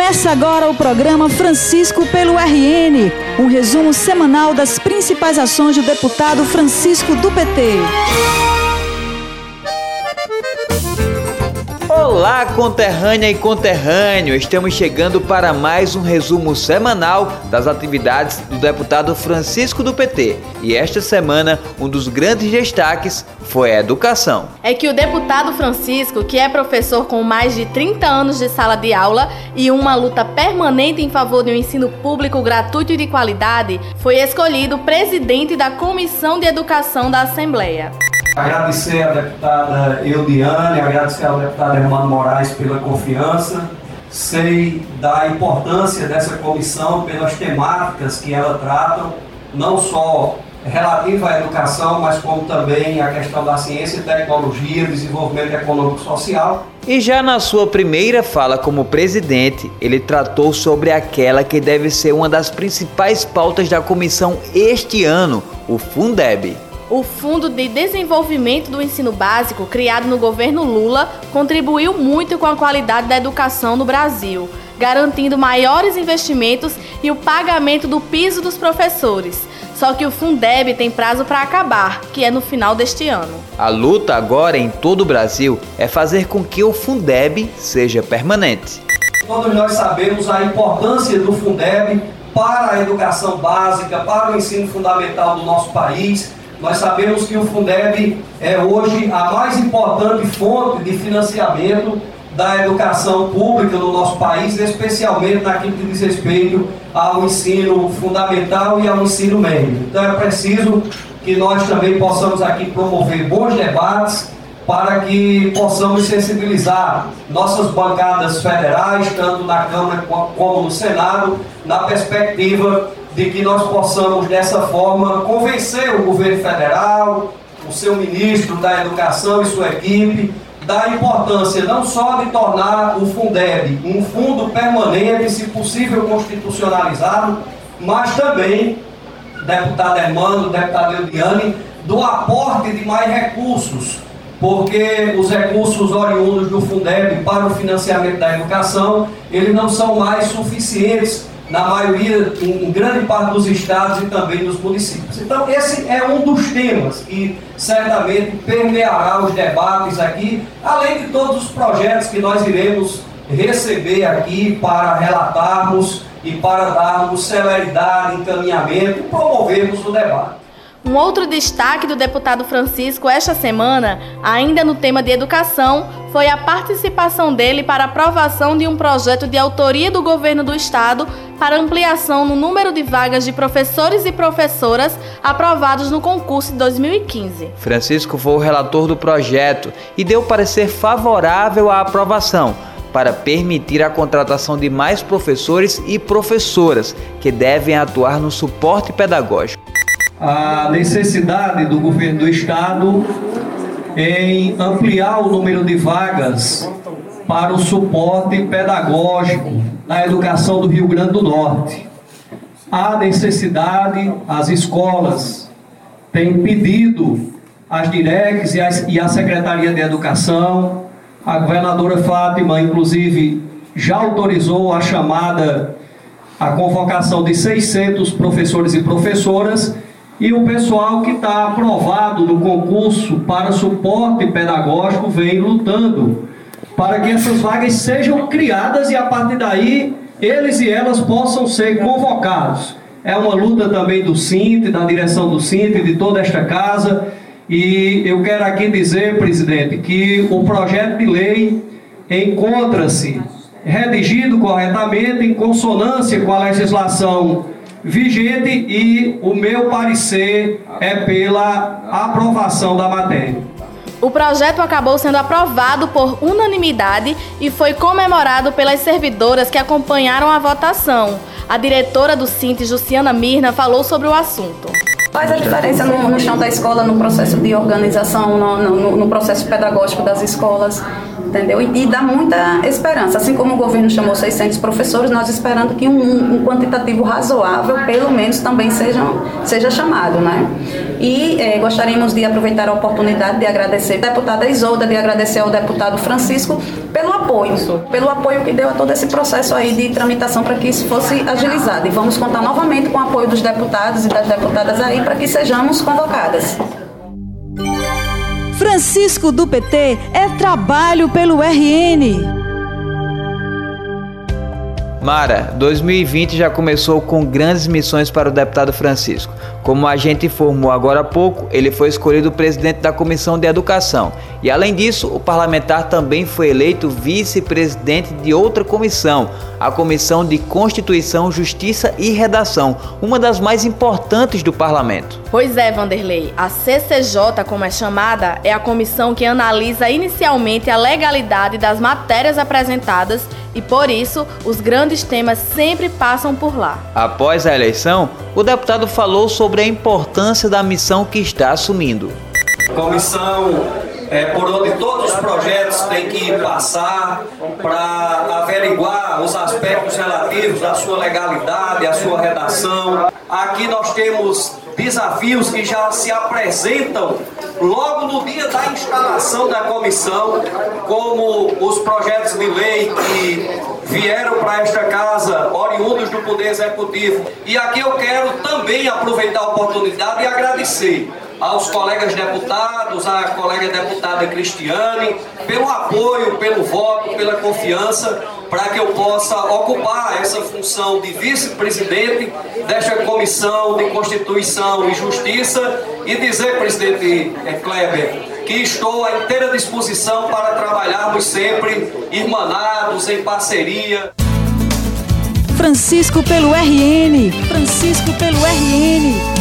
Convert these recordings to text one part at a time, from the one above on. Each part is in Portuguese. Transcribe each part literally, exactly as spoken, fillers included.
Começa agora o programa Francisco pelo R N, um resumo semanal das principais ações do deputado Francisco do P T. Olá, conterrânea e conterrâneo! Estamos chegando para mais um resumo semanal das atividades do deputado Francisco do P T. E esta semana, um dos grandes destaques foi a educação. É que o deputado Francisco, que é professor com mais de trinta anos de sala de aula e uma luta permanente em favor de um ensino público gratuito e de qualidade, foi escolhido presidente da Comissão de Educação da Assembleia. Agradecer à deputada Eudiane, agradecer ao deputado Hermano Moraes pela confiança. Sei da importância dessa comissão pelas temáticas que ela trata, não só relativa à educação, mas como também a questão da ciência e tecnologia, desenvolvimento econômico e social. E já na sua primeira fala como presidente, ele tratou sobre aquela que deve ser uma das principais pautas da comissão este ano, o Fundeb. O Fundo de Desenvolvimento do Ensino Básico, criado no governo Lula, contribuiu muito com a qualidade da educação no Brasil, garantindo maiores investimentos e o pagamento do piso dos professores. Só que o Fundeb tem prazo para acabar, que é no final deste ano. A luta agora em todo o Brasil é fazer com que o Fundeb seja permanente. Todos nós sabemos a importância do Fundeb para a educação básica, para o ensino fundamental do nosso país. Nós sabemos que o Fundeb é hoje a mais importante fonte de financiamento da educação pública no nosso país, especialmente naquilo que diz respeito ao ensino fundamental e ao ensino médio. Então é preciso que nós também possamos aqui promover bons debates para que possamos sensibilizar nossas bancadas federais, tanto na Câmara como no Senado, na perspectiva de que nós possamos, dessa forma, convencer o governo federal, o seu ministro da Educação e sua equipe, da importância não só de tornar o Fundeb um fundo permanente, se possível constitucionalizado, mas também, deputado Hermano, deputado Eudiane, do aporte de mais recursos, porque os recursos oriundos do Fundeb para o financiamento da educação, eles não são mais suficientes na maioria, em grande parte dos estados e também dos municípios. Então esse é um dos temas que certamente permeará os debates aqui, além de todos os projetos que nós iremos receber aqui para relatarmos e para darmos celeridade, encaminhamento e promovermos o debate. Um outro destaque do deputado Francisco esta semana, ainda no tema de educação, foi a participação dele para a aprovação de um projeto de autoria do governo do estado para ampliação no número de vagas de professores e professoras aprovados no concurso de dois mil e quinze. Francisco foi o relator do projeto e deu parecer favorável à aprovação, para permitir a contratação de mais professores e professoras que devem atuar no suporte pedagógico. A necessidade do governo do estado em ampliar o número de vagas para o suporte pedagógico na educação do Rio Grande do Norte. Há necessidade, as escolas têm pedido às direcs e, as, e à Secretaria de Educação, a governadora Fátima, inclusive, já autorizou a chamada, a convocação de seiscentos professores e professoras, e o pessoal que está aprovado no concurso para suporte pedagógico vem lutando para que essas vagas sejam criadas e a partir daí eles e elas possam ser convocados. É uma luta também do Sinte, da direção do Sinte, de toda esta casa, e eu quero aqui dizer, presidente, que o projeto de lei encontra-se redigido corretamente, em consonância com a legislação vigente, e o meu parecer é pela aprovação da matéria. O projeto acabou sendo aprovado por unanimidade e foi comemorado pelas servidoras que acompanharam a votação. A diretora do Sinte, Juciana Mirna, falou sobre o assunto. Faz a diferença no, no chão da escola, no processo de organização, no, no, no processo pedagógico das escolas. entendeu? E, e dá muita esperança. Assim como o governo chamou seiscentos professores, nós esperando que um, um quantitativo razoável, pelo menos, também sejam, seja chamado, né? E eh, gostaríamos de aproveitar a oportunidade de agradecer a deputada Isolda, de agradecer ao deputado Francisco pelo apoio, pelo apoio que deu a todo esse processo aí de tramitação para que isso fosse agilizado. E vamos contar novamente com o apoio dos deputados e das deputadas aí para que sejamos convocadas. Francisco do P T é trabalho pelo R N. Mara, dois mil e vinte já começou com grandes missões para o deputado Francisco. Como a gente informou agora há pouco, ele foi escolhido presidente da Comissão de Educação. E além disso, o parlamentar também foi eleito vice-presidente de outra comissão, a Comissão de Constituição, Justiça e Redação, uma das mais importantes do parlamento. Pois é, Vanderlei, a C C J, como é chamada, é a comissão que analisa inicialmente a legalidade das matérias apresentadas e, por isso, os grandes temas sempre passam por lá. Após a eleição, o deputado falou sobre a importância da missão que está assumindo. Comissão é, por onde todos os projetos têm que passar para averiguar os aspectos relativos à sua legalidade, à sua redação. Aqui nós temos desafios que já se apresentam logo no dia da instalação da comissão, como os projetos de lei que vieram para esta casa, oriundos do Poder Executivo. E aqui eu quero também aproveitar a oportunidade e agradecer aos colegas deputados, à colega deputada Cristiane, pelo apoio, pelo voto, pela confiança, para que eu possa ocupar essa função de vice-presidente desta Comissão de Constituição e Justiça e dizer, presidente Kleber, que estou à inteira disposição para trabalharmos sempre irmanados, em parceria. Francisco pelo R N. Francisco pelo R N.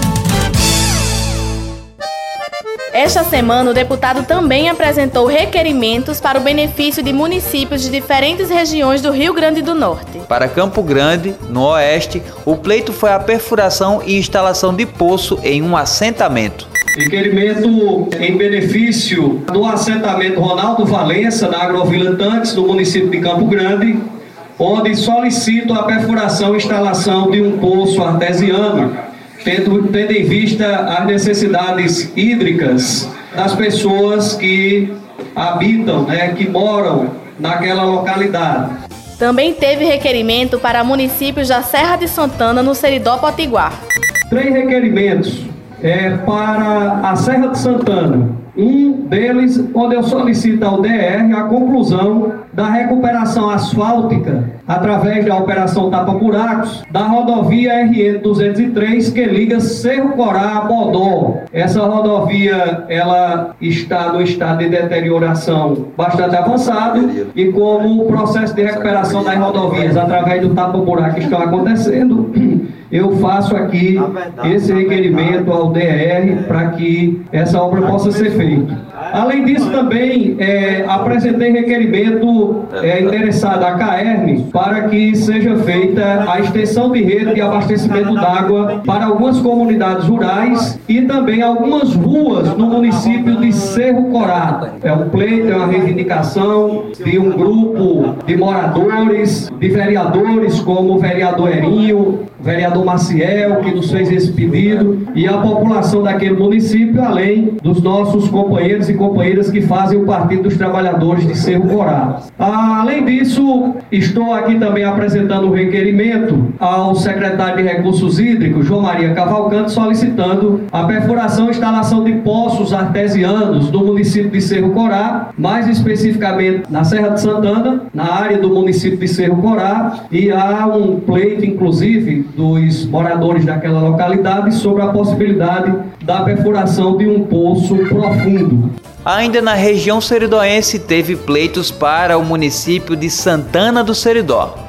Esta semana, o deputado também apresentou requerimentos para o benefício de municípios de diferentes regiões do Rio Grande do Norte. Para Campo Grande, no Oeste, o pleito foi a perfuração e instalação de poço em um assentamento. Requerimento em benefício do assentamento Ronaldo Valença, na Agrovila Tanques, no município de Campo Grande, onde solicito a perfuração e instalação de um poço artesiano, Tendo, tendo em vista as necessidades hídricas das pessoas que habitam, né, que moram naquela localidade. Também teve requerimento para municípios da Serra de Santana, no Seridó Potiguar. Três requerimentos é, para a Serra de Santana. Um deles, onde eu solicito ao D R a conclusão da recuperação asfáltica através da operação Tapa Buracos da rodovia R N duzentos e três que liga Cerro Corá a Bodó. Essa rodovia ela está no estado de deterioração bastante avançado e como o processo de recuperação das rodovias através do Tapa Buraco está acontecendo, eu faço aqui esse requerimento ao D R para que essa obra possa ser feita. Além disso, também é, apresentei requerimento é, endereçado à CAERN para que seja feita a extensão de rede de abastecimento d'água para algumas comunidades rurais e também algumas ruas no município de Cerro Corá. É um pleito, é uma reivindicação de um grupo de moradores, de vereadores como o vereador Erinho, o vereador Maciel, que nos fez esse pedido, e a população daquele município, além dos nossos companheiros e companheiras que fazem o Partido dos Trabalhadores de Cerro Corá. Além disso, estou aqui também apresentando um requerimento ao secretário de Recursos Hídricos, João Maria Cavalcante, solicitando a perfuração e instalação de poços artesianos no município de Cerro Corá, mais especificamente na Serra de Santana, na área do município de Cerro Corá, e há um pleito, inclusive, dos moradores daquela localidade sobre a possibilidade da perfuração de um poço profundo. Ainda na região seridoense, teve pleitos para o município de Santana do Seridó.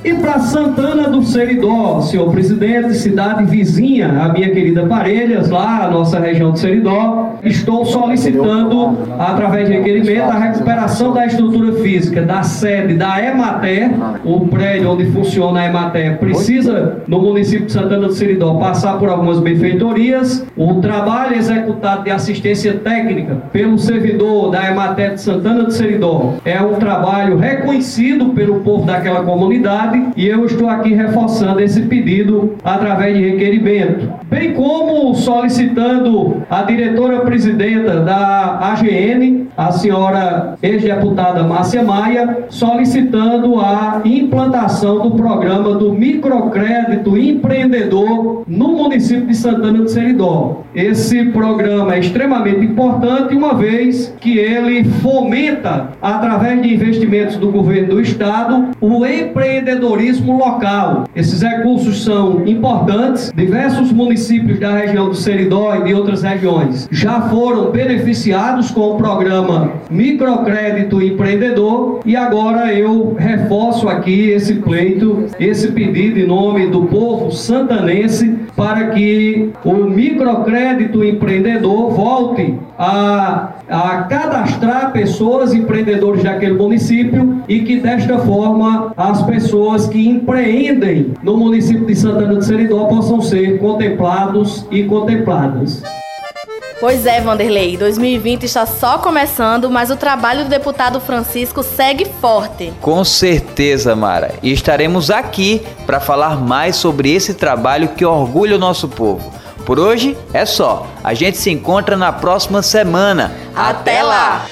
E para Santana do Seridó, senhor presidente, cidade vizinha, a minha querida Parelhas, lá, a nossa região de Seridó, estou solicitando, através de requerimento, a recuperação da estrutura física da sede da Emater, o prédio onde funciona a Emater precisa, no município de Santana do Seridó, passar por algumas benfeitorias. O trabalho executado de assistência técnica pelo servidor da Emater de Santana do Seridó é um trabalho reconhecido pelo povo daquela comunidade, e eu estou aqui reforçando esse pedido através de requerimento, bem como solicitando a diretora-presidenta da A G N, a senhora ex-deputada Márcia Maia, solicitando a implantação do programa do microcrédito empreendedor no município de Santana do Seridó. Esse programa é extremamente importante, uma vez que ele fomenta, através de investimentos do governo do estado, o empreendedorismo local. Esses recursos são importantes. Diversos municípios da região do Seridó e de outras regiões já foram beneficiados com o programa Microcrédito Empreendedor, e agora eu reforço aqui esse pleito, esse pedido em nome do povo santanense, para que o microcrédito empreendedor volte a, a cadastrar pessoas, empreendedores daquele município, e que desta forma as pessoas que empreendem no município de Santana do Seridó possam ser contemplados e contempladas. Pois é, Vanderlei, dois mil e vinte está só começando, mas o trabalho do deputado Francisco segue forte. Com certeza, Mara. E estaremos aqui para falar mais sobre esse trabalho que orgulha o nosso povo. Por hoje é só. A gente se encontra na próxima semana. Até lá!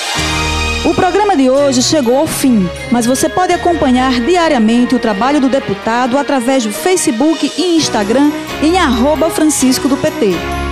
O programa de hoje chegou ao fim, mas você pode acompanhar diariamente o trabalho do deputado através do Facebook e Instagram em arroba Francisco do P T.